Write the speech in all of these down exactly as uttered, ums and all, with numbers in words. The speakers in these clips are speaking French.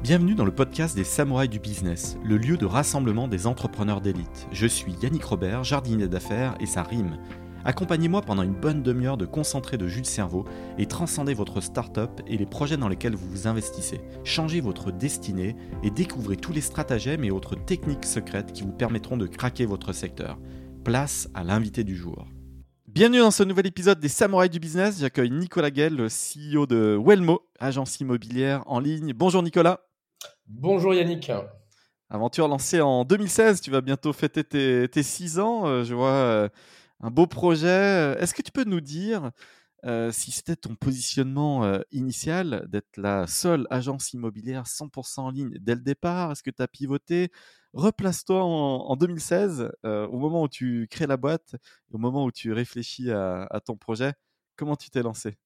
Bienvenue dans le podcast des Samouraïs du Business, le lieu de rassemblement des entrepreneurs d'élite. Je suis Yannick Robert, jardinier d'affaires et ça rime. Accompagnez-moi pendant une bonne demi-heure de concentré de jus de cerveau et transcendez votre start-up et les projets dans lesquels vous vous investissez. Changez votre destinée et découvrez tous les stratagèmes et autres techniques secrètes qui vous permettront de craquer votre secteur. Place à l'invité du jour. Bienvenue dans ce nouvel épisode des Samouraïs du Business. J'accueille Nicolas Guel, le C E O de Wellmo, agence immobilière en ligne. Bonjour Nicolas. Bonjour Yannick. Aventure lancée en deux mille seize, tu vas bientôt fêter tes, tes six ans. Euh, je vois euh, un beau projet. Est-ce que tu peux nous dire euh, si c'était ton positionnement euh, initial d'être la seule agence immobilière cent pour cent en ligne dès le départ? Est-ce que tu as pivoté? Replace-toi en, en deux mille seize, euh, au moment où tu crées la boîte, au moment où tu réfléchis à, à ton projet. Comment tu t'es lancé?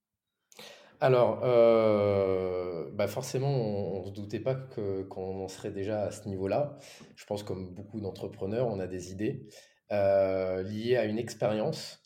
Alors, euh, bah forcément, on ne se doutait pas que, qu'on en serait déjà à ce niveau-là. Je pense comme beaucoup d'entrepreneurs, on a des idées euh, liées à une expérience.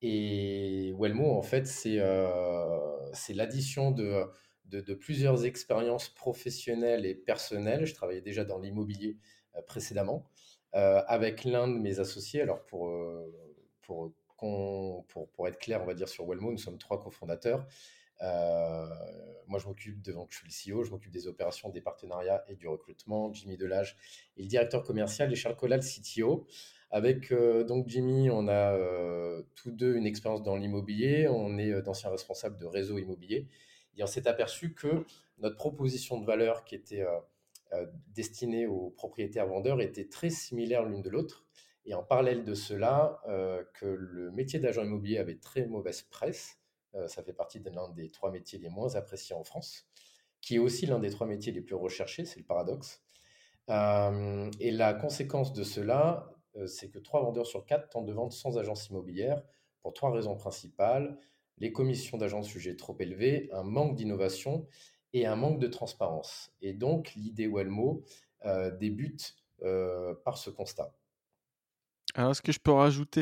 Et Wellmo, en fait, c'est euh, c'est l'addition de, de, de plusieurs expériences professionnelles et personnelles. Je travaillais déjà dans l'immobilier euh, précédemment euh, avec l'un de mes associés. Alors, pour, euh, pour, qu'on- pour, pour être clair, on va dire sur Wellmo, nous sommes trois cofondateurs. Euh, Moi, je m'occupe de, donc je suis le C E O, je m'occupe des opérations, des partenariats et du recrutement. Jimmy Delage est le directeur commercial et Charles Collat, le C T O. Avec euh, donc Jimmy, on a euh, tous deux une expérience dans l'immobilier. On est euh, d'anciens responsables de réseau immobilier. Et on s'est aperçu que notre proposition de valeur qui était euh, euh, destinée aux propriétaires vendeurs était très similaire l'une de l'autre. Et en parallèle de cela, euh, que le métier d'agent immobilier avait très mauvaise presse. Euh, ça fait partie de l'un des trois métiers les moins appréciés en France, qui est aussi l'un des trois métiers les plus recherchés, c'est le paradoxe. Euh, et la conséquence de cela, euh, c'est que trois vendeurs sur quatre tentent de vendre sans agence immobilière pour trois raisons principales. Les commissions d'agence jugées trop élevées, un manque d'innovation et un manque de transparence. Et donc, l'idée Wellmo euh, débute euh, par ce constat. Alors, est-ce que je peux rajouter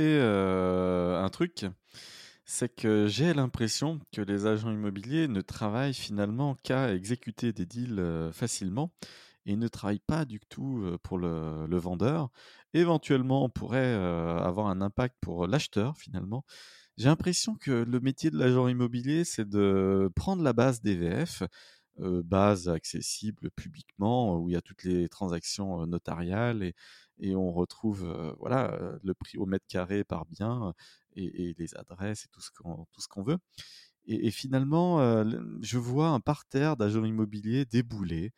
euh, un truc? C'est que j'ai l'impression que les agents immobiliers ne travaillent finalement qu'à exécuter des deals euh, facilement et ne travaillent pas du tout euh, pour le, le vendeur. Éventuellement, on pourrait euh, avoir un impact pour l'acheteur finalement. J'ai l'impression que le métier de l'agent immobilier, c'est de prendre la base D V F, euh, base accessible publiquement, où il y a toutes les transactions euh, notariales et, et on retrouve euh, voilà, euh, le prix au mètre carré par bien et, et les adresses et tout ce qu'on, tout ce qu'on veut. Et, et finalement, euh, je vois un parterre d'agents immobiliers débouler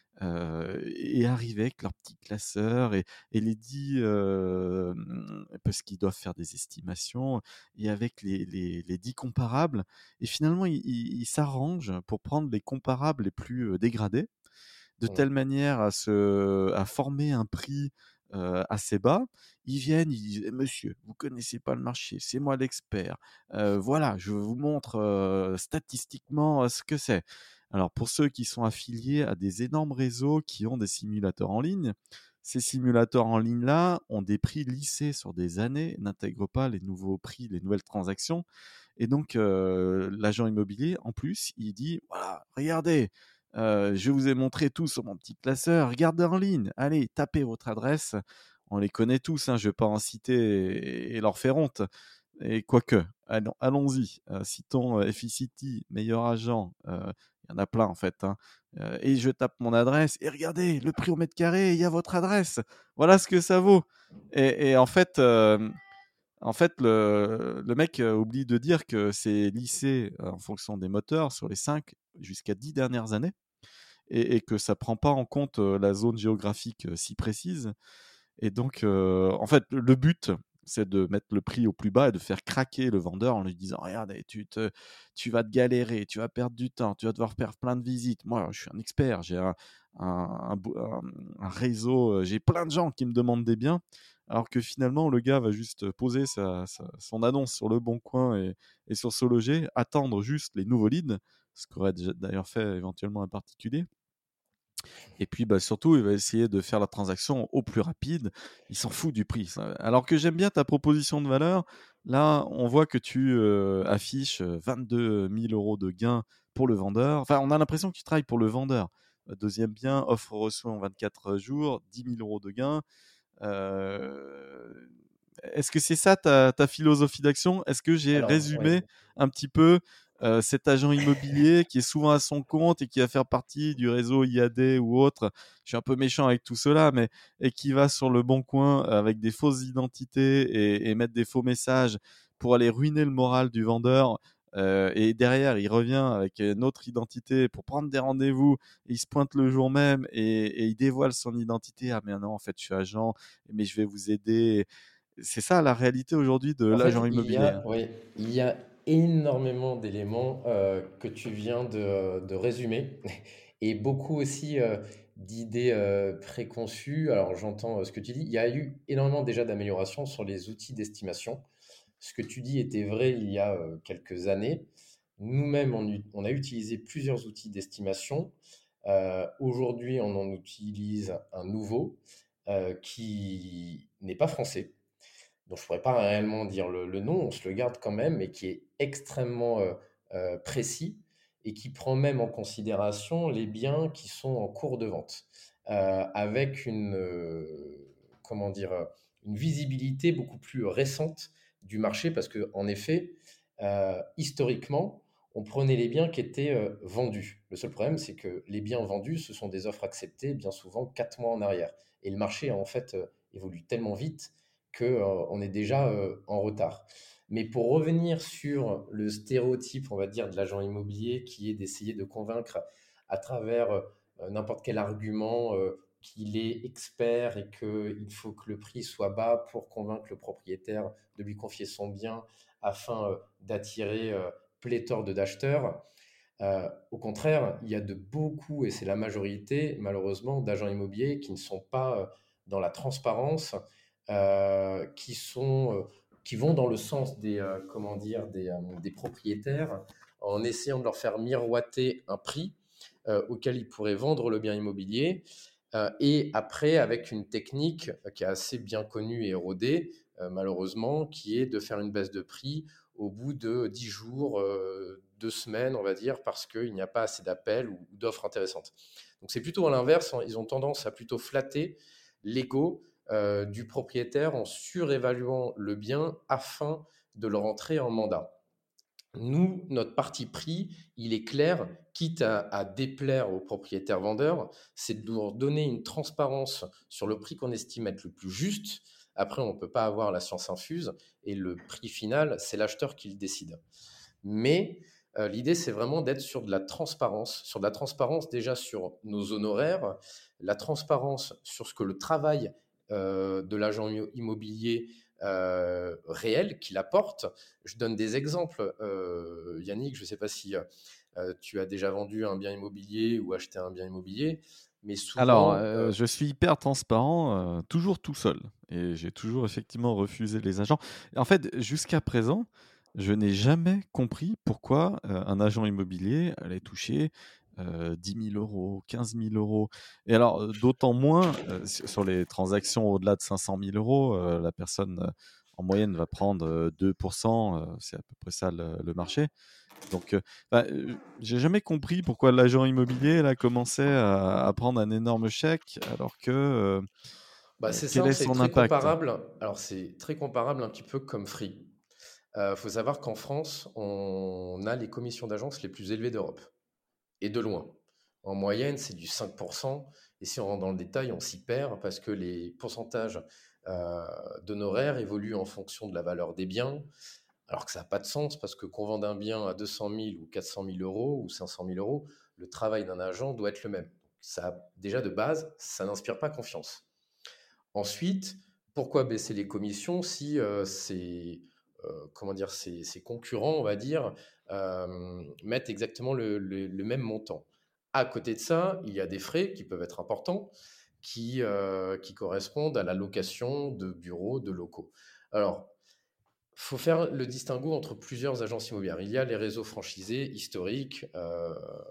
euh, et arriver avec leur petit classeur et, et les dix, euh, parce qu'ils doivent faire des estimations, et avec les, les, les dix comparables. Et finalement, ils, ils, ils s'arrangent pour prendre les comparables les plus euh, dégradés, de Mm. telle manière à, se, à former un prix euh, assez bas. Ils viennent, ils disent: Monsieur, vous connaissez pas le marché, c'est moi l'expert. Euh, voilà, je vous montre euh, statistiquement euh, ce que c'est. Alors, pour ceux qui sont affiliés à des énormes réseaux qui ont des simulateurs en ligne, ces simulateurs en ligne-là ont des prix lissés sur des années, n'intègrent pas les nouveaux prix, les nouvelles transactions. Et donc, euh, l'agent immobilier, en plus, il dit: voilà, regardez, euh, je vous ai montré tout sur mon petit classeur. Regardez en ligne. Allez, tapez votre adresse. On les connaît tous. Hein, je ne vais pas en citer et, et leur faire honte. Et quoique, allons, allons-y. Euh, citons euh, Efficity, meilleur agent. Euh, Il y en a plein en fait. Hein. Euh, et je tape mon adresse. Et regardez, le prix au mètre carré, il y a votre adresse. Voilà ce que ça vaut. Et, et en fait, euh, en fait, le, le mec euh, oublie de dire que c'est lissé euh, en fonction des moteurs sur les cinq jusqu'à dix dernières années et, et que ça prend pas en compte euh, la zone géographique euh, si précise. Et donc, euh, en fait, le but, c'est de mettre le prix au plus bas et de faire craquer le vendeur en lui disant: regarde, tu, te, tu vas te galérer, tu vas perdre du temps, tu vas devoir faire plein de visites. Moi, je suis un expert, j'ai un, un, un, un, un réseau, j'ai plein de gens qui me demandent des biens. Alors que finalement, le gars va juste poser sa, sa, son annonce sur le bon coin et, et sur SoLoger, attendre juste les nouveaux leads, ce qu'aurait d'ailleurs fait éventuellement un particulier. Et puis bah, surtout, il va essayer de faire la transaction au plus rapide. Il s'en fout du prix. Ça. Alors que j'aime bien ta proposition de valeur. Là, on voit que tu euh, affiches vingt-deux mille euros de gains pour le vendeur. Enfin, on a l'impression que tu travailles pour le vendeur. Deuxième bien, offre reçue en vingt-quatre jours, dix mille euros de gain. Euh, Est-ce que c'est ça ta, ta philosophie d'action? Est-ce que j'ai Alors, oui. résumé un petit peu euh, cet agent immobilier qui est souvent à son compte et qui va faire partie du réseau I A D ou autre? Je suis un peu méchant avec tout cela, mais et qui va sur le bon coin avec des fausses identités et, et mettre des faux messages pour aller ruiner le moral du vendeur. Euh, et derrière, il revient avec une autre identité pour prendre des rendez-vous. Il se pointe le jour même et, et il dévoile son identité. Ah mais non, en fait, je suis agent, mais je vais vous aider. C'est ça la réalité aujourd'hui de En l'agent fait, il y immobilier, a, hein. oui, il y a énormément d'éléments euh, que tu viens de, de résumer et beaucoup aussi euh, d'idées euh, préconçues. Alors, j'entends euh, ce que tu dis. Il y a eu énormément déjà d'améliorations sur les outils d'estimation. Ce que tu dis était vrai il y a euh, quelques années. Nous-mêmes, on, u- on a utilisé plusieurs outils d'estimation. Euh, aujourd'hui, on en utilise un nouveau euh, qui n'est pas français, dont je ne pourrais pas réellement dire le, le nom, on se le garde quand même, mais qui est extrêmement euh, euh, précis et qui prend même en considération les biens qui sont en cours de vente, euh, avec une, euh, comment dire, euh, une visibilité beaucoup plus récente du marché, parce que en effet, euh, historiquement, on prenait les biens qui étaient euh, vendus. Le seul problème, c'est que les biens vendus, ce sont des offres acceptées bien souvent quatre mois en arrière. Et le marché, en fait, euh, évolue tellement vite qu'on est déjà euh, en retard. Mais pour revenir sur le stéréotype, on va dire, de l'agent immobilier qui est d'essayer de convaincre à travers euh, n'importe quel argument euh, qu'il est expert et qu'il faut que le prix soit bas pour convaincre le propriétaire de lui confier son bien afin euh, d'attirer euh, pléthore de d'acheteurs. Euh, au contraire, il y a de beaucoup, et c'est la majorité, malheureusement, d'agents immobiliers qui ne sont pas euh, dans la transparence, euh, qui sont, euh, qui vont dans le sens des, euh, comment dire, des, euh, des propriétaires en essayant de leur faire miroiter un prix euh, auquel ils pourraient vendre le bien immobilier. Euh, et après, avec une technique qui est assez bien connue et érodée, euh, malheureusement, qui est de faire une baisse de prix au bout de dix jours, euh, deux semaines, on va dire, parce qu'il n'y a pas assez d'appels ou d'offres intéressantes. Donc c'est plutôt à l'inverse, hein, ils ont tendance à plutôt flatter l'ego euh, du propriétaire en surévaluant le bien afin de le rentrer en mandat. Nous, notre parti pris, il est clair, quitte à, à déplaire aux propriétaires vendeurs, c'est de leur donner une transparence sur le prix qu'on estime être le plus juste. Après, on ne peut pas avoir la science infuse et le prix final, c'est l'acheteur qui le décide. Mais euh, l'idée, c'est vraiment d'être sur de la transparence, sur de la transparence déjà sur nos honoraires, la transparence sur ce que le travail euh, de l'agent immobilier euh, réel qu'il apporte. Je donne des exemples. Euh, Yannick, je ne sais pas si euh, tu as déjà vendu un bien immobilier ou acheté un bien immobilier, mais Alors, souvent, euh, euh, je suis hyper transparent, euh, toujours tout seul. Et j'ai toujours effectivement refusé les agents. En fait, jusqu'à présent, je n'ai jamais compris pourquoi euh, un agent immobilier allait toucher euh, dix mille euros, quinze mille euros. Et alors, euh, d'autant moins euh, sur sur les transactions au-delà de cinq cent mille euros, euh, la personne euh, en moyenne va prendre euh, deux pour cent, euh, c'est à peu près ça le, le marché. Donc, euh, bah, euh, j'ai jamais compris pourquoi l'agent immobilier là commençait à, à prendre un énorme chèque alors que euh, bah, euh, c'est quel simple, est c'est son très impact? comparable. Alors, c'est très comparable un petit peu comme Free. Il faut savoir qu'en France, on a les commissions d'agence les plus élevées d'Europe, et de loin. En moyenne, c'est du cinq pour cent. Et si on rentre dans le détail, on s'y perd parce que les pourcentages euh, d'honoraires évoluent en fonction de la valeur des biens, alors que ça n'a pas de sens parce que qu'on vende un bien à deux cent mille ou quatre cent mille euros ou cinq cent mille euros, le travail d'un agent doit être le même. Ça, déjà de base, ça n'inspire pas confiance. Ensuite, pourquoi baisser les commissions si euh, ces, euh, comment dire, ces, ces concurrents, on va dire, euh, mettent exactement le, le- le même montant? À côté de ça, il y a des frais qui peuvent être importants, qui, euh, qui correspondent à la location de bureaux, de locaux. Alors, il faut faire le distinguo entre plusieurs agences immobilières. Il y a les réseaux franchisés historiques euh,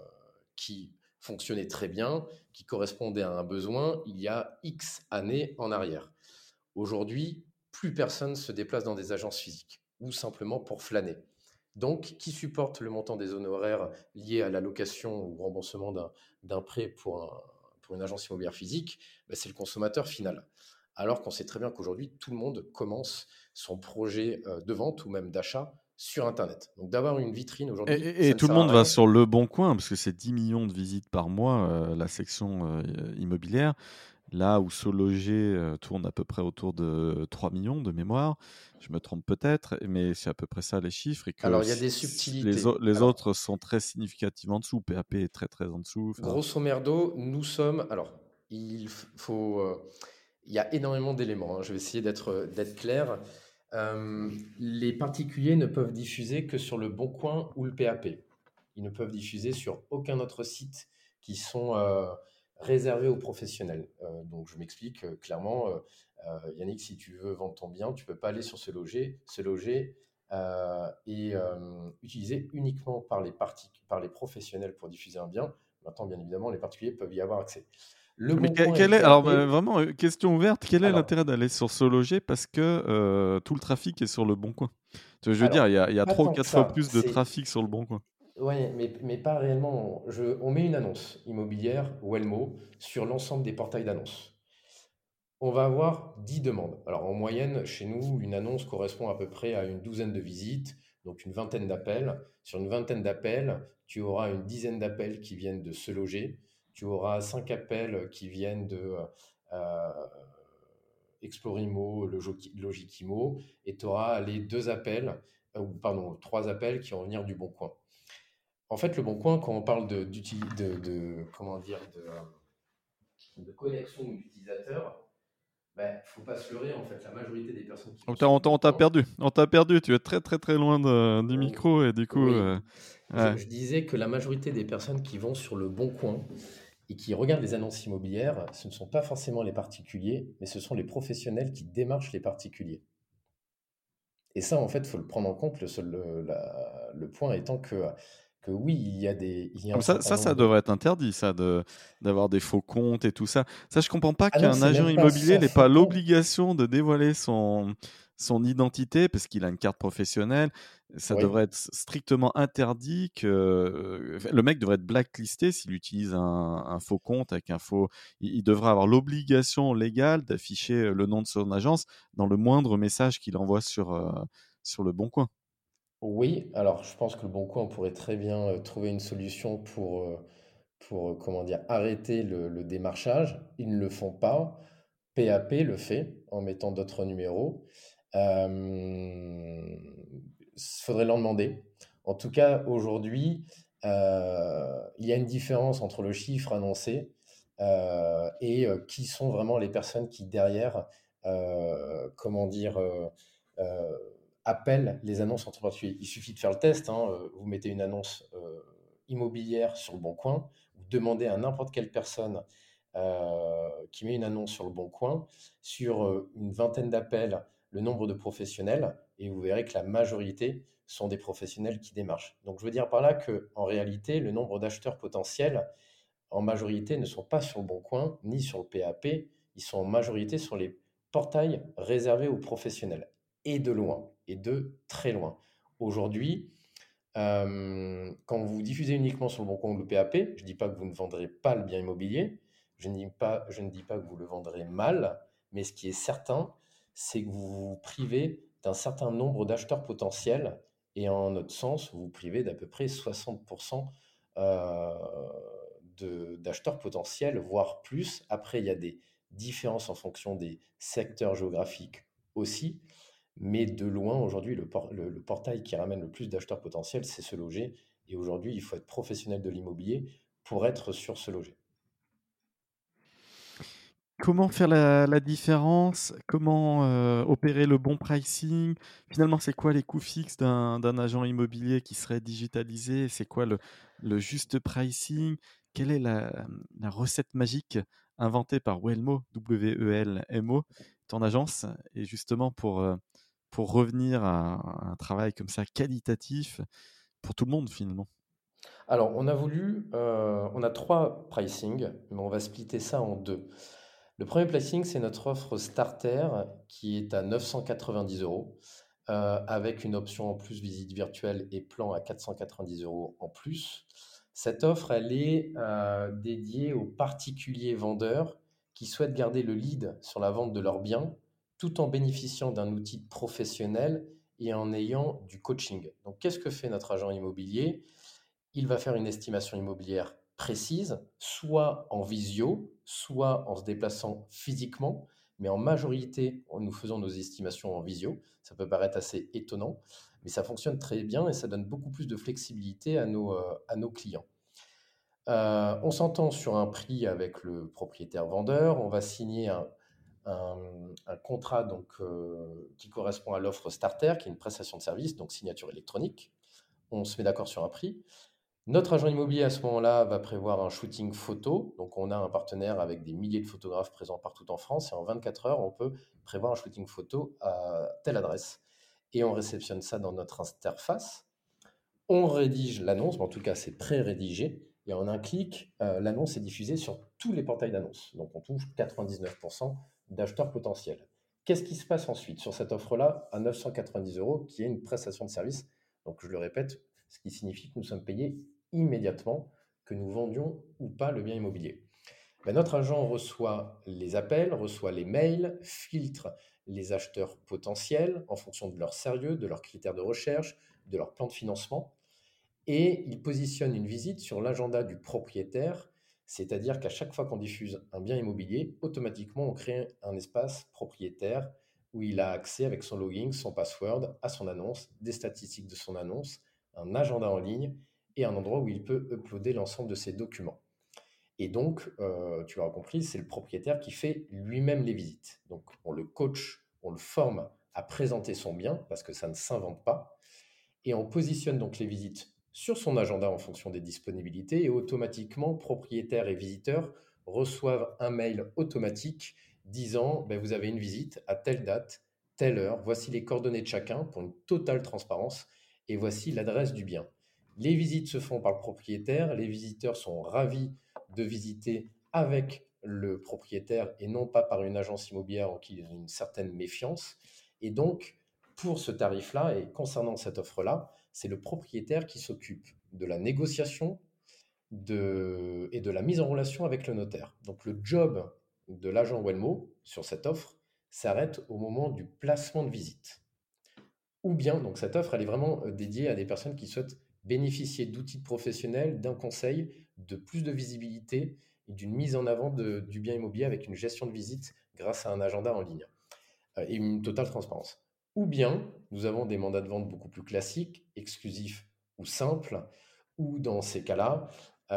qui fonctionnaient très bien, qui correspondaient à un besoin il y a X années en arrière. Aujourd'hui, plus personne se déplace dans des agences physiques ou simplement pour flâner. Donc, qui supporte le montant des honoraires liés à l'allocation ou remboursement d'un d'un prêt pour, un- pour une agence immobilière physique? Ben, c'est le consommateur final. Alors qu'on sait très bien qu'aujourd'hui, tout le monde commence son projet euh, de vente ou même d'achat sur Internet. Donc, d'avoir une vitrine Et, aujourd'hui, et- ça et ne tout le sert à monde va rien. sur Le Bon Coin, parce que c'est dix millions de visites par mois, euh, la section euh, immobilière. Là où SoLoger euh, tourne à peu près autour de trois millions de mémoire, je me trompe peut-être, mais c'est à peu près ça les chiffres, et que Alors, il y a si- des si- les, au- subtilités. les Alors, autres sont très significativement en dessous, P A P est très très en dessous. Enfin, grosso merdo, nous sommes. Alors, il f- faut. euh, il y a énormément d'éléments, hein. Je vais essayer d'être euh, d'être clair. Euh, les particuliers ne peuvent diffuser que sur le Bon Coin ou le P A P. Ils ne peuvent diffuser sur aucun autre site qui sont euh, réservés aux professionnels. Euh, donc, je m'explique euh, clairement. euh, euh, Yannick, si tu veux vendre ton bien, tu ne peux pas aller sur ce loger. Ce loger euh, est euh, utilisé uniquement par les, partic- par les professionnels pour diffuser un bien. Maintenant, bien évidemment, les particuliers peuvent y avoir accès. Le mais Bon que- Coin et le quel est, alors euh, P A P, vraiment, euh, question ouverte, quel est alors, l'intérêt d'aller sur SoLoger parce que euh, tout le trafic est sur Le Bon Coin? Je veux dire, alors, il y a, il y a pas trois ou tant que quatre fois ça. plus de C'est, trafic sur Le Bon Coin. ouais, mais, mais pas réellement. Je, on met une annonce immobilière, Wellmo, sur l'ensemble des portails d'annonces. On va avoir dix demandes. Alors, en moyenne, chez nous, une annonce correspond à peu près à une douzaine de visites, donc une vingtaine d'appels. Sur une vingtaine d'appels, tu auras une dizaine d'appels qui viennent de se loger. Tu auras cinq appels qui viennent de euh, Explorimo, Logi- Logikimo, et tu auras les deux appels, euh, ou pardon, trois appels qui vont venir du Bon Coin. En fait, le Bon Coin, quand on parle de, d'uti- de, de- comment dire, de, euh, de connexion d'utilisateurs, ben, faut pas se leurrer, en fait, la majorité des personnes qui On vont t'a sur on le t'a- Bon on t'a Coin, perdu, on t'a perdu, tu es très très très loin de- du oh, micro, et du coup, oui, euh, je, ouais. je disais que la majorité des personnes qui vont sur le Bon Coin et qui regardent les annonces immobilières, ce ne sont pas forcément les particuliers, mais ce sont les professionnels qui démarchent les particuliers. Et ça, en fait, il faut le prendre en compte. Le, seul, le, la- le point étant que, que oui, il y a, des, il y a Ah, un mais ça, certain ça, ça nombre de... devrait être interdit, ça, de d'avoir des faux comptes et tout ça. Ça, je comprends pas Ah non, qu'un c'est agent même pas immobilier sans n'ait faux pas compte. l'obligation de dévoiler son, son identité parce qu'il a une carte professionnelle. Ça Oui, devrait être strictement interdit que euh, enfin, le mec devrait être blacklisté s'il utilise un, un faux compte avec un faux. Il, il devrait avoir l'obligation légale d'afficher le nom de son agence dans le moindre message qu'il envoie sur, euh, sur le Bon Coin. oui. Alors, je pense que le Bon Coin, on pourrait très bien euh, trouver une solution pour, euh, pour euh, comment dire, arrêter le, le démarchage. Ils ne le font pas. P A P le fait en mettant d'autres numéros. Il faudrait leur demander. En tout cas, aujourd'hui, euh, il y a une différence entre le chiffre annoncé euh, et euh, qui sont vraiment les personnes qui, derrière, euh, comment dire, euh, euh, appellent les annonces entre particuliers. Il suffit de faire le test, hein. euh, Vous mettez une annonce euh, immobilière sur le Bon Coin, vous demandez à n'importe quelle personne euh, qui met une annonce sur le Bon Coin, sur euh, une vingtaine d'appels, le nombre de professionnels, et vous verrez que la majorité sont des professionnels qui démarchent. Donc je veux dire par là que en réalité, le nombre d'acheteurs potentiels, en majorité, ne sont pas sur le Bon Coin, ni sur le P A P, ils sont en majorité sur les portails réservés aux professionnels, et de loin, et de très loin. Aujourd'hui, euh, quand vous diffusez uniquement sur le Bon Coin ou le P A P, je ne dis pas que vous ne vendrez pas le bien immobilier, je ne dis pas, je ne dis pas que vous le vendrez mal, mais ce qui est certain, c'est que vous vous privez d'un certain nombre d'acheteurs potentiels, et en notre sens, vous vous privez d'à peu près soixante pour cent euh, de- d'acheteurs potentiels, voire plus. Après, il y a des différences en fonction des secteurs géographiques aussi. Mais de loin, aujourd'hui, le, por- le- le portail qui ramène le plus d'acheteurs potentiels, c'est Se Loger. Et aujourd'hui, il faut être professionnel de l'immobilier pour être sur Se Loger. Comment faire la, la différence? Comment euh, opérer le bon pricing? Finalement, c'est quoi les coûts fixes d'un d'un agent immobilier qui serait digitalisé? C'est quoi le, le juste pricing? Quelle est la, la recette magique inventée par Wellmo, W E L M O, ton agence? Et justement, pour, euh, pour revenir à un travail comme ça qualitatif pour tout le monde, finalement. Alors, on a voulu, euh, on a trois pricing, mais on va splitter ça en deux. Le premier pricing, c'est notre offre starter qui est à neuf cent quatre-vingt-dix euros. euh, avec une option en plus visite virtuelle et plan à quatre cent quatre-vingt-dix euros en plus. Cette offre, elle est euh, dédiée aux particuliers vendeurs qui souhaitent garder le lead sur la vente de leurs biens tout en bénéficiant d'un outil professionnel et en ayant du coaching. Donc, qu'est-ce que fait notre agent immobilier? Il va faire une estimation immobilière précise, soit en visio, soit en se déplaçant physiquement, mais en majorité, nous faisons nos estimations en visio. Ça peut paraître assez étonnant, mais ça fonctionne très bien et ça donne beaucoup plus de flexibilité à nos, euh, à nos clients. Euh, on s'entend sur un prix avec le propriétaire vendeur, on va signer un, un, un contrat donc, euh, qui correspond à l'offre Starter, qui est une prestation de service, donc signature électronique. On se met d'accord sur un prix. Notre agent immobilier, à ce moment-là, va prévoir un shooting photo. Donc, on a un partenaire avec des milliers de photographes présents partout en France. Et en vingt-quatre heures, on peut prévoir un shooting photo à telle adresse. Et on réceptionne ça dans notre interface. On rédige l'annonce, en tout cas, c'est pré-rédigé. Et en un clic, euh, l'annonce est diffusée sur tous les portails d'annonce. Donc, on touche quatre-vingt-dix-neuf pour cent d'acheteurs potentiels. Qu'est-ce qui se passe ensuite sur cette offre-là à neuf cent quatre-vingt-dix euros, qui est une prestation de service? Donc, je le répète, ce qui signifie que nous sommes payés immédiatement, que nous vendions ou pas le bien immobilier. Ben, notre agent reçoit les appels, reçoit les mails, filtre les acheteurs potentiels en fonction de leur sérieux, de leurs critères de recherche, de leur plan de financement, et il positionne une visite sur l'agenda du propriétaire, c'est-à-dire qu'à chaque fois qu'on diffuse un bien immobilier, automatiquement on crée un espace propriétaire où il a accès avec son login, son password à son annonce, des statistiques de son annonce, un agenda en ligne et un endroit où il peut uploader l'ensemble de ses documents. Et donc, euh, tu l'auras compris, c'est le propriétaire qui fait lui-même les visites. Donc, on le coach, on le forme à présenter son bien parce que ça ne s'invente pas. Et on positionne donc les visites sur son agenda en fonction des disponibilités et automatiquement, propriétaires et visiteurs reçoivent un mail automatique disant ben, vous avez une visite à telle date, telle heure, voici les coordonnées de chacun pour une totale transparence et voici l'adresse du bien. Les visites se font par le propriétaire, les visiteurs sont ravis de visiter avec le propriétaire et non pas par une agence immobilière en qui ils ont une certaine méfiance. Et donc, pour ce tarif-là et concernant cette offre-là, c'est le propriétaire qui s'occupe de la négociation de, et de la mise en relation avec le notaire. Donc le job de l'agent Welmo sur cette offre s'arrête au moment du placement de visite. Ou bien, donc cette offre, elle est vraiment euh, dédiée à des personnes qui souhaitent bénéficier d'outils professionnels, d'un conseil, de plus de visibilité et d'une mise en avant de- du bien immobilier avec une gestion de visite grâce à un agenda en ligne euh, et une totale transparence. Ou bien, nous avons des mandats de vente beaucoup plus classiques, exclusifs ou simples, ou dans ces cas-là,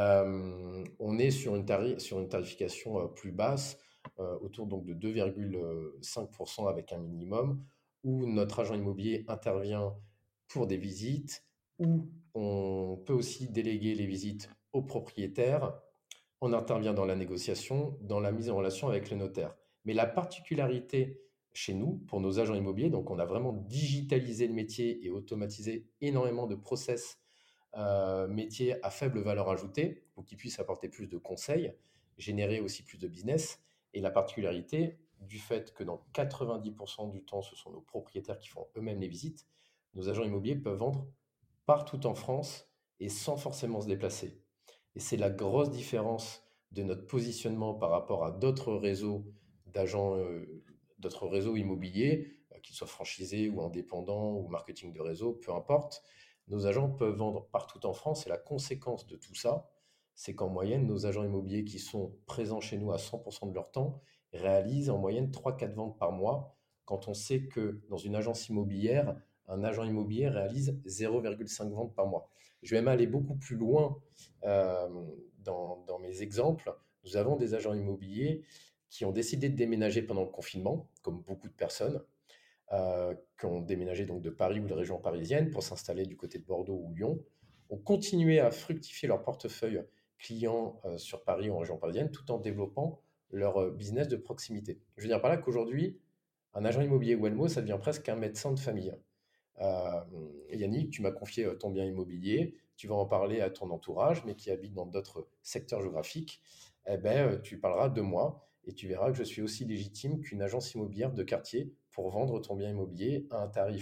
euh, on est sur une, tari- sur une tarification euh, plus basse, euh, autour donc de deux virgule cinq pour cent avec un minimum, où notre agent immobilier intervient pour des visites, où on peut aussi déléguer les visites au propriétaire. On intervient dans la négociation, dans la mise en relation avec le notaire. Mais la particularité chez nous, pour nos agents immobiliers, donc on a vraiment digitalisé le métier et automatisé énormément de process euh, métiers à faible valeur ajoutée pour qu'ils puissent apporter plus de conseils, générer aussi plus de business. Et la particularité du fait que dans quatre-vingt-dix pour cent du temps, ce sont nos propriétaires qui font eux-mêmes les visites, nos agents immobiliers peuvent vendre partout en France et sans forcément se déplacer. Et c'est la grosse différence de notre positionnement par rapport à d'autres réseaux d'agents, euh, d'autres réseaux immobiliers, euh, qu'ils soient franchisés ou indépendants ou marketing de réseau, peu importe. Nos agents peuvent vendre partout en France et la conséquence de tout ça, c'est qu'en moyenne, nos agents immobiliers qui sont présents chez nous à cent pour cent de leur temps réalisent en moyenne trois quatre ventes par mois quand on sait que dans une agence immobilière, un agent immobilier réalise zéro virgule cinq ventes par mois. Je vais même aller beaucoup plus loin euh, dans, dans mes exemples. Nous avons des agents immobiliers qui ont décidé de déménager pendant le confinement, comme beaucoup de personnes, euh, qui ont déménagé donc de Paris ou de région parisienne pour s'installer du côté de Bordeaux ou Lyon, ont continué à fructifier leur portefeuille clients euh, sur Paris ou en région parisienne tout en développant leur euh, business de proximité. Je veux dire par là qu'aujourd'hui, un agent immobilier Welmo, ça devient presque un médecin de famille. Euh, Yannick, tu m'as confié euh, ton bien immobilier, tu vas en parler à ton entourage, mais qui habite dans d'autres secteurs géographiques. Eh ben, euh, tu parleras de moi et tu verras que je suis aussi légitime qu'une agence immobilière de quartier pour vendre ton bien immobilier à un tarif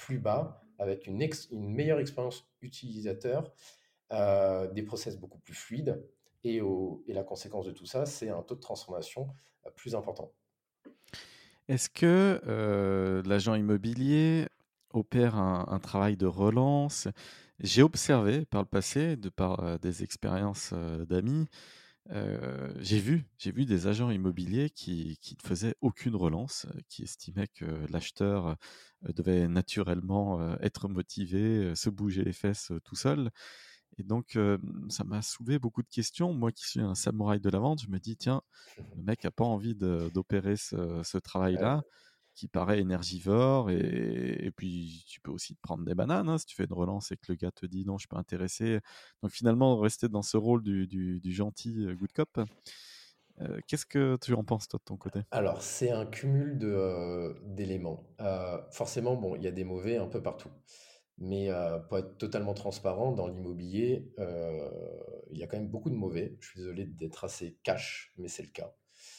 plus bas, avec une, ex- une meilleure expérience utilisateur, euh, des process beaucoup plus fluides. Et, au- et la conséquence de tout ça, c'est un taux de transformation euh, plus important. Est-ce que euh, l'agent immobilier opère un, un travail de relance? J'ai observé par le passé, de par euh, des expériences euh, d'amis, euh, j'ai vu, j'ai vu des agents immobiliers qui, qui ne faisaient aucune relance, euh, qui estimaient que l'acheteur euh, devait naturellement euh, être motivé, euh, se bouger les fesses euh, tout seul. Et donc, euh, ça m'a soulevé beaucoup de questions. Moi qui suis un samouraï de la vente, je me dis, tiens, le mec n'a pas envie de- d'opérer ce, ce Ouais. travail-là, qui paraît énergivore. Et, et puis, tu peux aussi te prendre des bananes hein, si tu fais une relance et que le gars te dit non, je suis pas intéressé. Donc, finalement, rester dans ce rôle du, du- du gentil euh, good cop. Euh, Qu'est-ce que tu en penses, toi, de ton côté? Alors, c'est un cumul de, euh, d'éléments. Euh, forcément, bon, il y a des mauvais un peu partout. Mais euh, pour être totalement transparent, dans l'immobilier, euh, il y a quand même beaucoup de mauvais. Je suis désolé d'être assez cash, mais c'est le cas.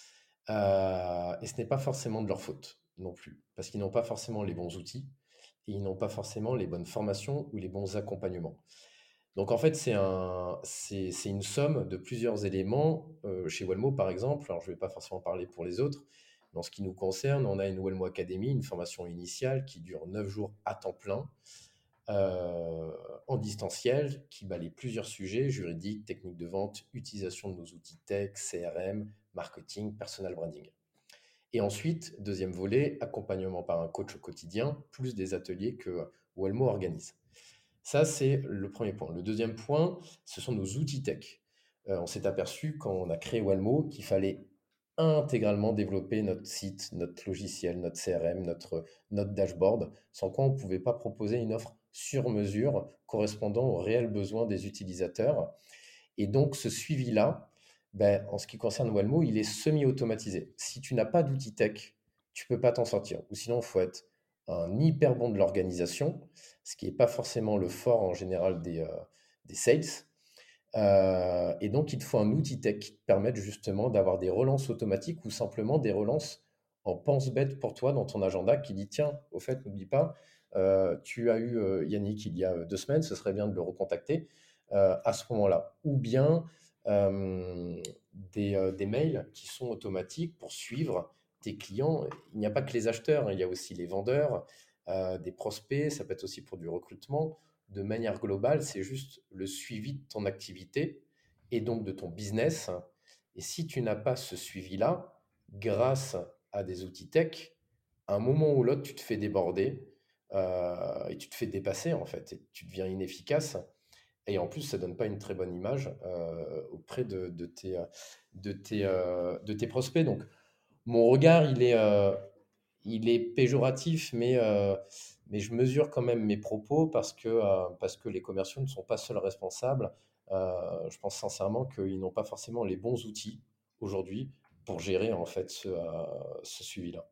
Euh, et ce n'est pas forcément de leur faute non plus, parce qu'ils n'ont pas forcément les bons outils et ils n'ont pas forcément les bonnes formations ou les bons accompagnements. Donc en fait, c'est un, c'est, c'est une somme de plusieurs éléments. Euh, chez Walmo, par exemple, alors je ne vais pas forcément parler pour les autres, mais en ce qui nous concerne, on a une Walmo Academy, une formation initiale qui dure neuf jours à temps plein, euh, en distanciel, qui balaye plusieurs sujets, juridiques, techniques de vente, utilisation de nos outils tech, C R M, marketing, personal branding. Et ensuite, deuxième volet, accompagnement par un coach au quotidien, plus des ateliers que Walmo organise. Ça, c'est le premier point. Le deuxième point, ce sont nos outils tech. Euh, on s'est aperçu quand on a créé Walmo qu'il fallait intégralement développer notre site, notre logiciel, notre C R M, notre, notre dashboard, sans quoi on ne pouvait pas proposer une offre sur mesure correspondant aux réels besoins des utilisateurs. Et donc, ce suivi-là, ben, en ce qui concerne Walmo, il est semi-automatisé. Si tu n'as pas d'outil tech, tu peux pas t'en sortir. Ou sinon, il faut être un hyper bon de l'organisation, ce qui n'est pas forcément le fort en général des, euh, des sales. Euh, et donc, il te faut un outil tech qui te permette justement d'avoir des relances automatiques ou simplement des relances en pense-bête pour toi dans ton agenda qui dit, tiens, au fait, n'oublie pas, euh, tu as eu euh, Yannick il y a deux semaines, ce serait bien de le recontacter euh, à ce moment-là. Ou bien euh, des, euh, des mails qui sont automatiques pour suivre tes clients. Il n'y a pas que les acheteurs, hein, il y a aussi les vendeurs, euh, des prospects, ça peut être aussi pour du recrutement. De manière globale, c'est juste le suivi de ton activité et donc de ton business. Et si tu n'as pas ce suivi-là, grâce à des outils tech, à un moment ou l'autre, tu te fais déborder euh, et tu te fais dépasser en fait, et tu deviens inefficace. Et en plus, ça donne pas une très bonne image euh, auprès de, de tes, de, tes, euh, de tes prospects. Donc, mon regard, il est, euh, il est péjoratif, mais, euh, mais je mesure quand même mes propos parce que, euh, parce que les commerciaux ne sont pas seuls responsables. Euh, je pense sincèrement qu'ils n'ont pas forcément les bons outils aujourd'hui pour gérer en fait ce, euh, ce suivi-là.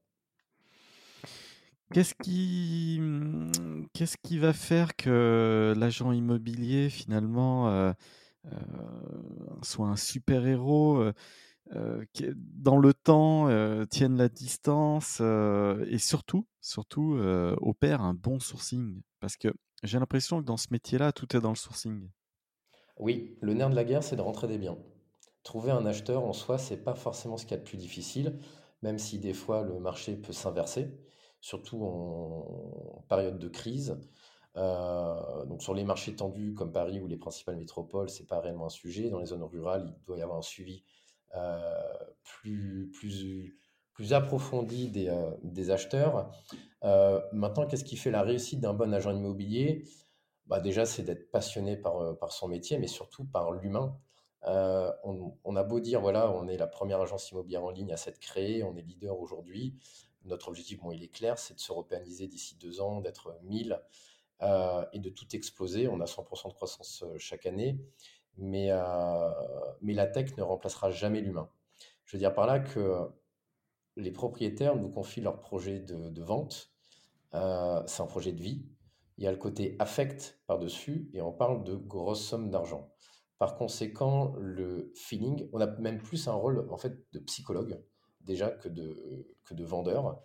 Qu'est-ce qui, mmh, qu'est-ce qui va faire que l'agent immobilier finalement euh, euh, soit un super-héros, euh, euh, qui, dans le temps, euh, tienne la distance euh, et surtout, surtout euh, opère un bon sourcing? Parce que j'ai l'impression que dans ce métier-là, tout est dans le sourcing. Oui, le nerf de la guerre, c'est de rentrer des biens. Trouver un acheteur en soi, c'est pas forcément ce qu'il y a de plus difficile, même si des fois le marché peut s'inverser, surtout en en période de crise. Euh, donc sur les marchés tendus comme Paris ou les principales métropoles, c'est pas réellement un sujet. Dans les zones rurales, il doit y avoir un suivi euh, plus, plus, plus approfondi des, euh, des acheteurs. Euh, maintenant, qu'est-ce qui fait la réussite d'un bon agent immobilier? Bah déjà, c'est d'être passionné par, euh, par son métier, mais surtout par l'humain. Euh, on, on a beau dire, voilà, on est la première agence immobilière en ligne à s'être créée, on est leader aujourd'hui. Notre objectif, bon, il est clair, c'est de se reorganiser d'ici deux ans, d'être mille euh, et de tout exploser. On a cent pour cent de croissance euh, chaque année, mais, euh, mais la tech ne remplacera jamais l'humain. Je veux dire par là que les propriétaires nous confient leur projet de, de vente. Euh, c'est un projet de vie. Il y a le côté affect par-dessus et on parle de grosses sommes d'argent. Par conséquent, le feeling, on a même plus un rôle en fait de psychologue déjà que de, que de vendeur.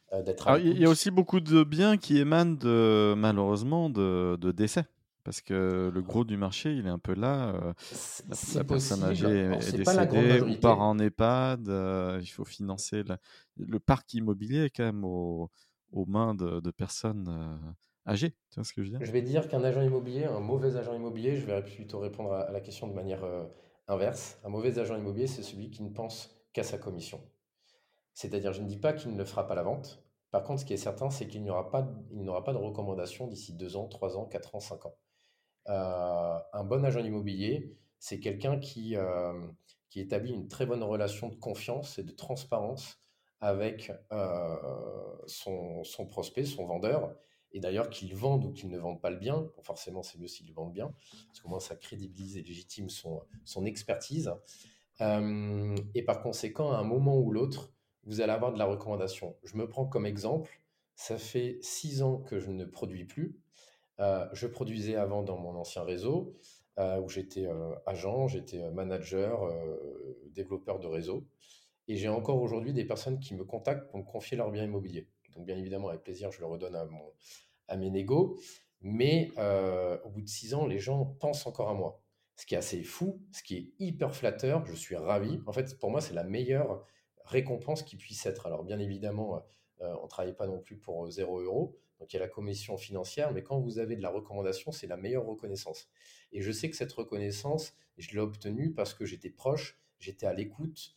heu, d'être à Alors, il y il y a l'écoute. aussi beaucoup de biens qui émanent de malheureusement de de décès. Parce que le gros du marché, il est un peu là, heu, C la la c'est personne âgée possible. Alors est est c'est pas la grande décédée ou part majorité. en EHPAD, heu, il faut financer la le parc immobilier est quand même aux aux mains de de personnes, heu, âgées. Tu vois ce que je veux dire? Je vais dire qu'un agent immobilier, un mauvais agent immobilier, je vais plutôt répondre à à la question de manière, heu, inverse. Un mauvais agent immobilier, c'est celui qui ne pense qu'à sa commission. C'est-à-dire, je ne dis pas qu'il ne fera pas la vente. Par contre, ce qui est certain, c'est qu'il n'y aura pas de il n'aura pas de recommandation d'ici deux ans, trois ans, quatre ans, cinq ans. Heu, un bon agent immobilier, c'est quelqu'un qui, hem, qui établit une très bonne relation de confiance et de transparence avec, heu, son son prospect, son vendeur et d'ailleurs qu'il vende ou qu'il ne vende pas le bien, bon forcément c'est mieux s'il vend le bien, parce qu'au moins ça crédibilise et légitime son son expertise. Hem et par conséquent, à un moment ou l'autre, vous allez avoir de la recommandation. Je me prends comme exemple, ça fait six ans que je ne produis plus. Heu, je produisais avant dans mon ancien réseau, heu, où j'étais, heu, agent, j'étais, heu, manager, heu, développeur de réseau et j'ai encore aujourd'hui des personnes qui me contactent pour me confier leurs biens immobiliers. Donc bien évidemment, avec plaisir, je le redonne à mon à mes négos, mais heu, au bout de six ans, les gens pensent encore à moi. Ce qui est assez fou, ce qui est hyper flatteur, je suis ravi. En fait, pour moi, c'est la meilleure récompense qui puisse être. Alors bien évidemment, heu, on ne travaille pas non plus pour, heu, zéro €, donc il y a la commission financière, mais quand vous avez de la recommandation, c'est la meilleure reconnaissance et je sais que cette reconnaissance, je l'ai obtenue parce que j'étais proche, j'étais à l'écoute,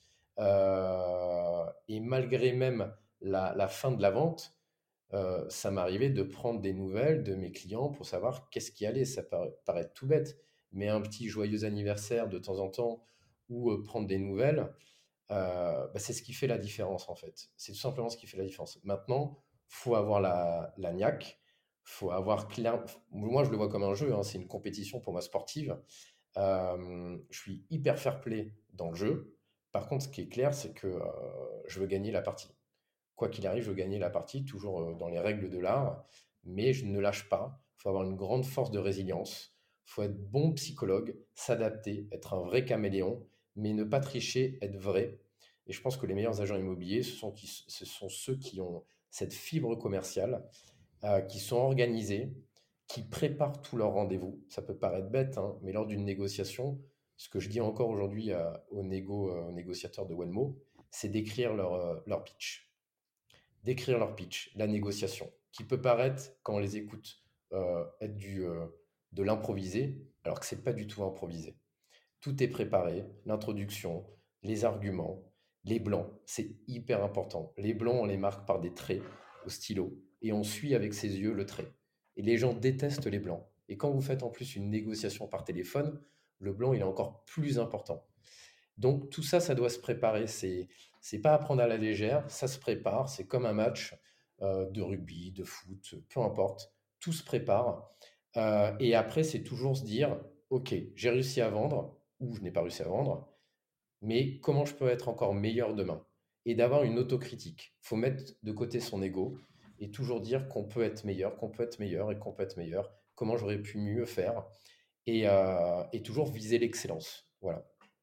heu et malgré même la la fin de la vente, Heu, ça m'arrivait de prendre des nouvelles de mes clients pour savoir qu'est-ce qui allait. Ça paraît paraît tout bête, mais un petit joyeux anniversaire de temps en temps ou, heu, prendre des nouvelles, heu, bah, c'est ce qui fait la différence, en fait. C'est tout simplement ce qui fait la différence. Maintenant, faut avoir la la niaque, faut avoir clair moi, je le vois comme un jeu, hein, c'est une compétition pour moi sportive. Hem, je suis hyper fair-play dans le jeu. Par contre, ce qui est clair, c'est que, heu, je veux gagner la partie. Quoi qu'il arrive, je veux gagner la partie, toujours euh, dans les règles de l'art, mais je ne lâche pas. Il faut avoir une grande force de résilience, il faut être bon psychologue, s'adapter, être un vrai caméléon, mais ne pas tricher, être vrai. Et je pense que les meilleurs agents immobiliers, ce sont, qui, ce sont ceux qui ont cette fibre commerciale, euh, qui sont organisés, qui préparent tous leurs rendez-vous. Ça peut paraître bête, hein, mais lors d'une négociation, ce que je dis encore aujourd'hui euh, aux, négo, euh, aux négociateurs de Wenmo, c'est d'écrire leur, euh, leur pitch d'écrire leur pitch, la négociation, qui peut paraître, quand on les écoute, euh, être du, euh, de l'improvisé, alors que c'est pas du tout improvisé. Tout est préparé, l'introduction, les arguments, les blancs, c'est hyper important. Les blancs, on les marque par des traits au stylo et on suit avec ses yeux le trait. Et les gens détestent les blancs. Et quand vous faites en plus une négociation par téléphone, le blanc, il est encore plus important. Donc tout ça, ça doit se préparer. C'est c'est pas à prendre à la légère, ça se prépare. C'est comme un match euh, de rugby, de foot, peu importe. Tout se prépare. Euh, et après, c'est toujours se dire, OK, j'ai réussi à vendre ou je n'ai pas réussi à vendre, mais comment je peux être encore meilleur demain? Et d'avoir une autocritique. Il faut mettre de côté son ego et toujours dire qu'on peut être meilleur, qu'on peut être meilleur et qu'on peut être meilleur. Comment j'aurais pu mieux faire et, euh, et toujours viser l'excellence. Voilà.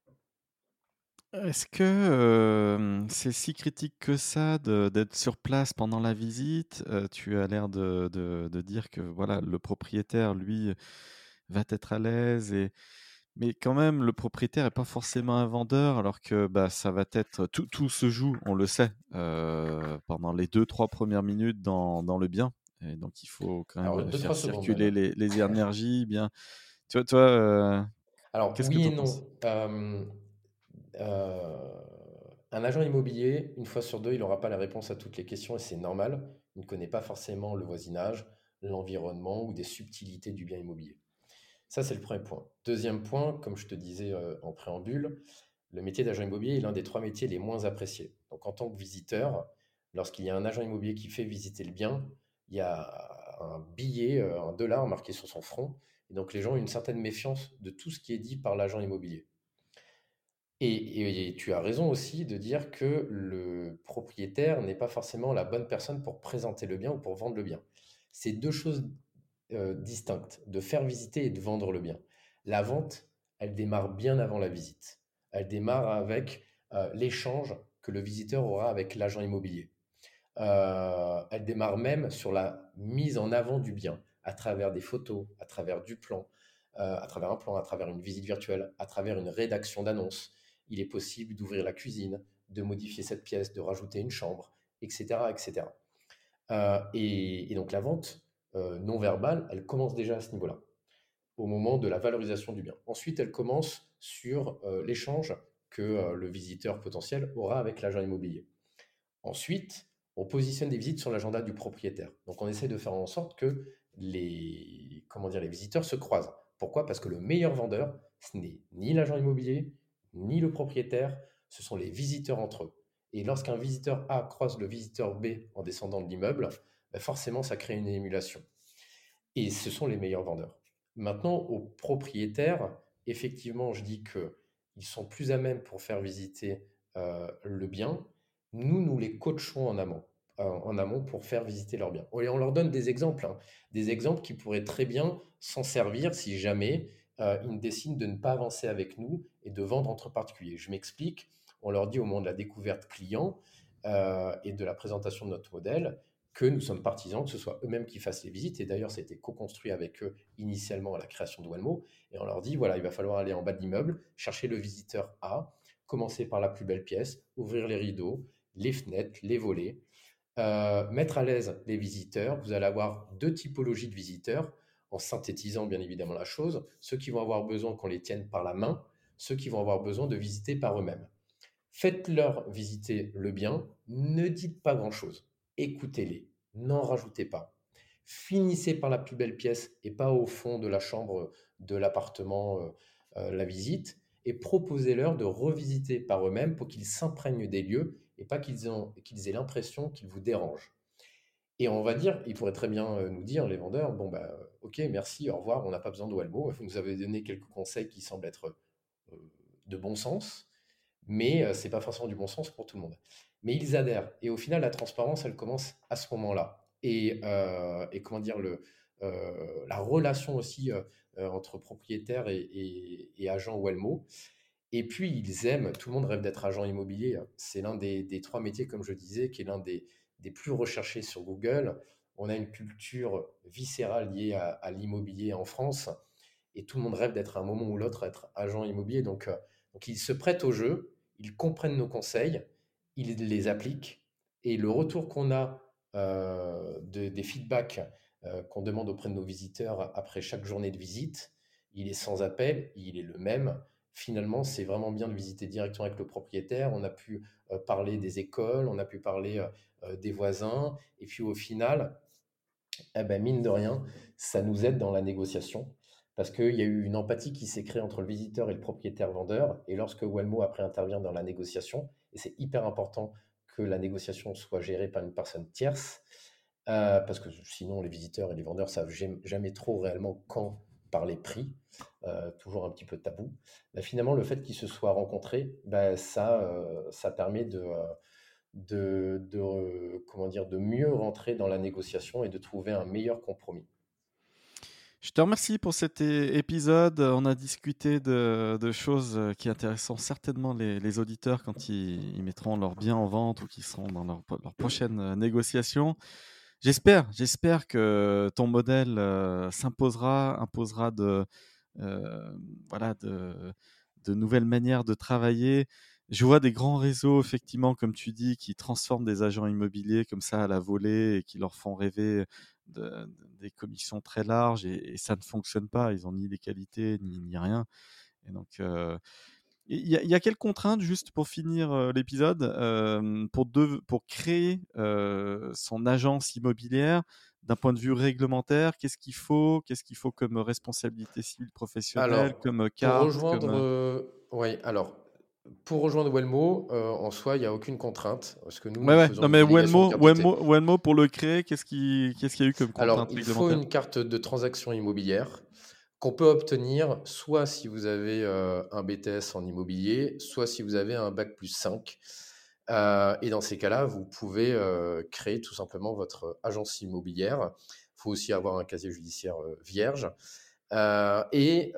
Est-ce que, hem, c'est si critique que ça de d'être sur place pendant la visite? Heu, tu as l'air de de de dire que, voilà, le propriétaire, lui, va être à l'aise et mais quand même, le propriétaire est pas forcément un vendeur alors que, bah, ça va être tout tout se joue, on le sait, heu, pendant les deux trois premières minutes dans dans le bien et donc il faut quand Alors même deux faire trois secondes circuler même. les les énergies bien. Tu vois toi, heu, Alors qu'est-ce que oui tu et en penses? non. Hem, heu, un agent immobilier, une fois sur deux, il n'aura pas la réponse à toutes les questions et c'est normal. Il ne connaît pas forcément le voisinage, l'environnement ou des subtilités du bien immobilier. Ça, c'est le premier point. Deuxième point, comme je te disais, heu, en préambule, le métier d'agent immobilier est l'un des trois métiers les moins appréciés. Donc en tant que visiteur, lorsqu'il y a un agent immobilier qui fait visiter le bien, il y a un billet, heu, un dollar marqué sur son front et donc les gens ont une certaine méfiance de tout ce qui est dit par l'agent immobilier. Et, et tu as raison aussi de dire que le propriétaire n'est pas forcément la bonne personne pour présenter le bien ou pour vendre le bien. C'est deux choses euh, distinctes, de faire visiter et de vendre le bien. La vente, elle démarre bien avant la visite. Elle démarre avec euh, l'échange que le visiteur aura avec l'agent immobilier. Euh, elle démarre même sur la mise en avant du bien, à travers des photos, à travers du plan, euh, à travers un plan, à travers une visite virtuelle, à travers une rédaction d'annonces. Il est possible d'ouvrir la cuisine, de modifier cette pièce, de rajouter une chambre, et cetera, et cetera. Euh, et, et donc la vente euh, non verbale, elle commence déjà à ce niveau-là, au moment de la valorisation du bien. Ensuite, elle commence sur euh, l'échange que euh, le visiteur potentiel aura avec l'agent immobilier. Ensuite, on positionne des visites sur l'agenda du propriétaire. Donc, on essaie de faire en sorte que les, comment dire, les visiteurs se croisent. Pourquoi? Parce que le meilleur vendeur, ce n'est ni l'agent immobilier, ni le propriétaire, ce sont les visiteurs entre eux. Et lorsqu'un visiteur A croise le visiteur B en descendant de l'immeuble, ben forcément, ça crée une émulation. Et ce sont les meilleurs vendeurs. Maintenant, aux propriétaires, effectivement, je dis qu'ils sont plus à même pour faire visiter euh, le bien. Nous, nous les coachons en amont, euh, en amont pour faire visiter leur bien. Et on leur donne des exemples, hein, des exemples qui pourraient très bien s'en servir si jamais euh, ils décident de ne pas avancer avec nous et de vendre entre particuliers. Je m'explique. On leur dit au moment de la découverte client euh, et de la présentation de notre modèle, que nous sommes partisans que ce soit eux-mêmes qui fassent les visites. Et d'ailleurs, ça a été co-construit avec eux initialement à la création de Walmo. Et on leur dit, voilà, il va falloir aller en bas de l'immeuble, chercher le visiteur A, commencer par la plus belle pièce, ouvrir les rideaux, les fenêtres, les volets, euh, mettre à l'aise les visiteurs. Vous allez avoir deux typologies de visiteurs, en synthétisant bien évidemment la chose. Ceux qui vont avoir besoin qu'on les tienne par la main, ceux qui vont avoir besoin de visiter par eux-mêmes. Faites-leur visiter le bien, ne dites pas grand-chose. Écoutez-les, n'en rajoutez pas. Finissez par la plus belle pièce et pas au fond de la chambre de l'appartement euh, euh, la visite et proposez-leur de revisiter par eux-mêmes pour qu'ils s'imprègnent des lieux et pas qu'ils ont- qu'ils aient l'impression qu'ils vous dérangent. Et on va dire, ils pourraient très bien euh, nous dire, les vendeurs, bon bah euh, ok, merci, au revoir, on n'a pas besoin de Walmo, vous nous avez donné quelques conseils qui semblent être euh, de bon sens, mais euh, c'est pas forcément du bon sens pour tout le monde. Mais ils adhèrent. Et au final, la transparence, elle commence à ce moment-là. Et, euh, et comment dire, le, euh, la relation aussi euh, euh, entre propriétaire et, et, et agent Welmo. Et puis, ils aiment, tout le monde rêve d'être agent immobilier. C'est l'un des, des trois métiers, comme je disais, qui est l'un des, des plus recherchés sur Google. On a une culture viscérale liée à, à l'immobilier en France. Et tout le monde rêve d'être à un moment ou l'autre être agent immobilier. Donc, euh, donc ils se prêtent au jeu, ils comprennent nos conseils, ils les appliquent. Et le retour qu'on a euh, de- des feedbacks euh, qu'on demande auprès de nos visiteurs après chaque journée de visite, il est sans appel, il est le même. Finalement, c'est vraiment bien de visiter directement avec le propriétaire. On a pu euh, parler des écoles, on a pu parler euh, euh, des voisins. Et puis au final, eh ben, mine de rien, ça nous aide dans la négociation parce qu'il y a eu une empathie qui s'est créée entre le visiteur et le propriétaire-vendeur. Et lorsque Walmo après intervient dans la négociation, et c'est hyper important que la négociation soit gérée par une personne tierce, euh, parce que sinon les visiteurs et les vendeurs savent jamais, jamais trop réellement quand parler prix, euh, toujours un petit peu tabou. Ben, finalement, le fait qu'ils se soient rencontrés, ben, ça, euh, ça permet de, euh, de, de, euh, comment dire, de mieux rentrer dans la négociation et de trouver un meilleur compromis. Je te remercie pour cet é- épisode. On a discuté de, de choses euh, qui intéresseront certainement les, les auditeurs quand ils, ils mettront leurs biens en vente ou qu'ils seront dans leur, leur prochaine euh, négociation. J'espère, j'espère que ton modèle euh, s'imposera, imposera de, euh, voilà, de, de nouvelles manières de travailler. Je vois des grands réseaux, effectivement, comme tu dis, qui transforment des agents immobiliers comme ça à la volée et qui leur font rêver de, de- des commissions très larges et, et ça ne fonctionne pas. Ils n'ont ni les qualités ni, ni rien. Et donc, euh, il y, a, il y a quelles contraintes, juste pour finir euh, l'épisode, euh, pour, de- pour créer euh, son agence immobilière d'un point de vue réglementaire? Qu'est-ce qu'il faut? Qu'est-ce qu'il faut comme responsabilité civile professionnelle, Alors, comme pour carte, comme... rejoindre, euh, euh, ouais, alors, pour rejoindre Welmo, euh, en soi, il n'y a aucune contrainte, parce que nous, Ouais, nous ouais. faisons Non, une mais délégation de Wenmo, carte d'identité. Wenmo, Wenmo, pour le créer, qu'est-ce qui, qu'est-ce qu'il y a eu comme Alors, contrainte il faut réglementaire? une carte de transaction immobilière qu'on peut obtenir soit si vous avez euh, un B T S en immobilier, soit si vous avez un bac plus cinq. Euh, et dans ces cas-là, vous pouvez euh, créer tout simplement votre agence immobilière. Il faut aussi avoir un casier judiciaire euh, vierge euh, et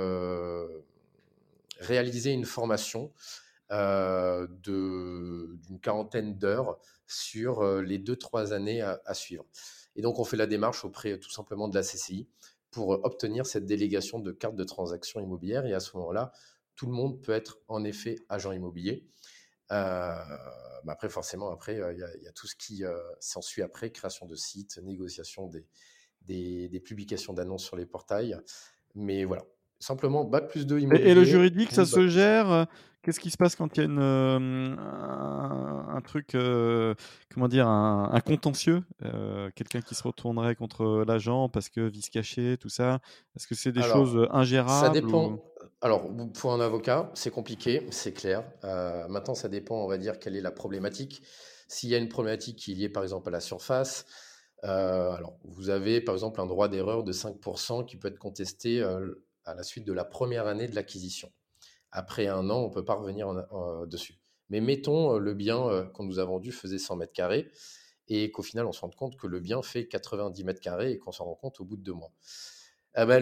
euh, réaliser une formation euh, de- d'une une quarantaine d'heures sur euh, les deux, trois années à, à suivre. Et donc, on fait la démarche auprès euh, tout simplement de la C C I pour euh, obtenir cette délégation de carte de transaction immobilière. Et à ce moment-là, tout le monde peut être en effet agent immobilier. Euh, mais après, forcément, après, il y, a- y a tout ce qui euh, s'ensuit après, création de sites, négociation des, des, des publications d'annonces sur les portails. Mais voilà, simplement bac plus deux Et et le immobilier juridique, ça ou bac se plus cinq. gère, heu? Qu'est-ce qui se passe quand il y a une, hem, un un truc, heu, comment dire? Un un contentieux, heu, quelqu'un qui se retournerait contre l'agent parce que vice caché, tout ça. Est-ce que c'est des choses, Alors, heu, ça ingérables ou? dépend. Alors, pour un avocat, c'est compliqué, c'est clair. Euh, maintenant, ça dépend, on va dire, quelle est la problématique. S'il y a une problématique qui est liée, par exemple, à la surface, euh, alors, vous avez, par exemple, un droit d'erreur de cinq pour cent qui peut être contesté euh, à la suite de la première année de l'acquisition. Après un an, on ne peut pas revenir en- en- dessus. Mais mettons, euh, le bien euh, qu'on nous a vendu faisait cent mètres carrés et qu'au final, on se rende compte que le bien fait quatre-vingt-dix mètres carrés et qu'on s'en rend compte au bout de deux mois. Ah ben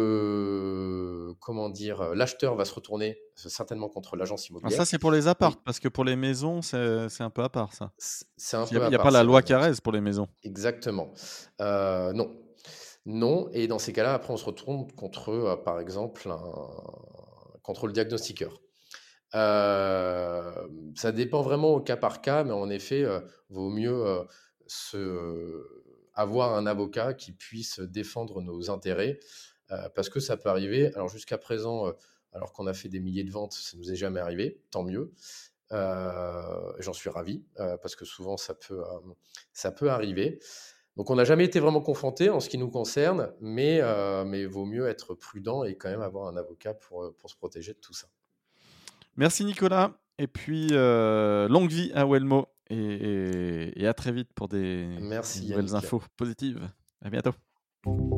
le, comment dire, l'acheteur va se retourner certainement contre l'agence Ah ça, immobilière. c'est pour les apparts, Et parce que pour les maisons, c'est c'est un peu à part ça. c- c'est un Il y a peu à il y a pas part, la c'est vrai. loi Donc, Carrez pour les maisons. exactement. Euh, non. Non. Et dans ces cas-là, après, on se retourne contre, euh, par exemple, un, contre le diagnostiqueur. Euh, ça dépend vraiment au cas par cas, mais en effet, euh, vaut mieux euh, se, avoir un avocat qui puisse défendre nos intérêts, euh, parce que ça peut arriver. Alors jusqu'à présent, euh, alors qu'on a fait des milliers de ventes, ça nous est jamais arrivé, tant mieux. Euh, j'en suis ravi, euh, parce que souvent ça peut, euh, ça peut arriver. Donc on n'a jamais été vraiment confronté en ce qui nous concerne, mais, euh, mais vaut mieux être prudent et quand même avoir un avocat pour, pour se protéger de tout ça. Merci Nicolas et puis, heu, longue vie à Welmo et et et à très vite pour des des Merci nouvelles Yannick. infos positives. À bientôt.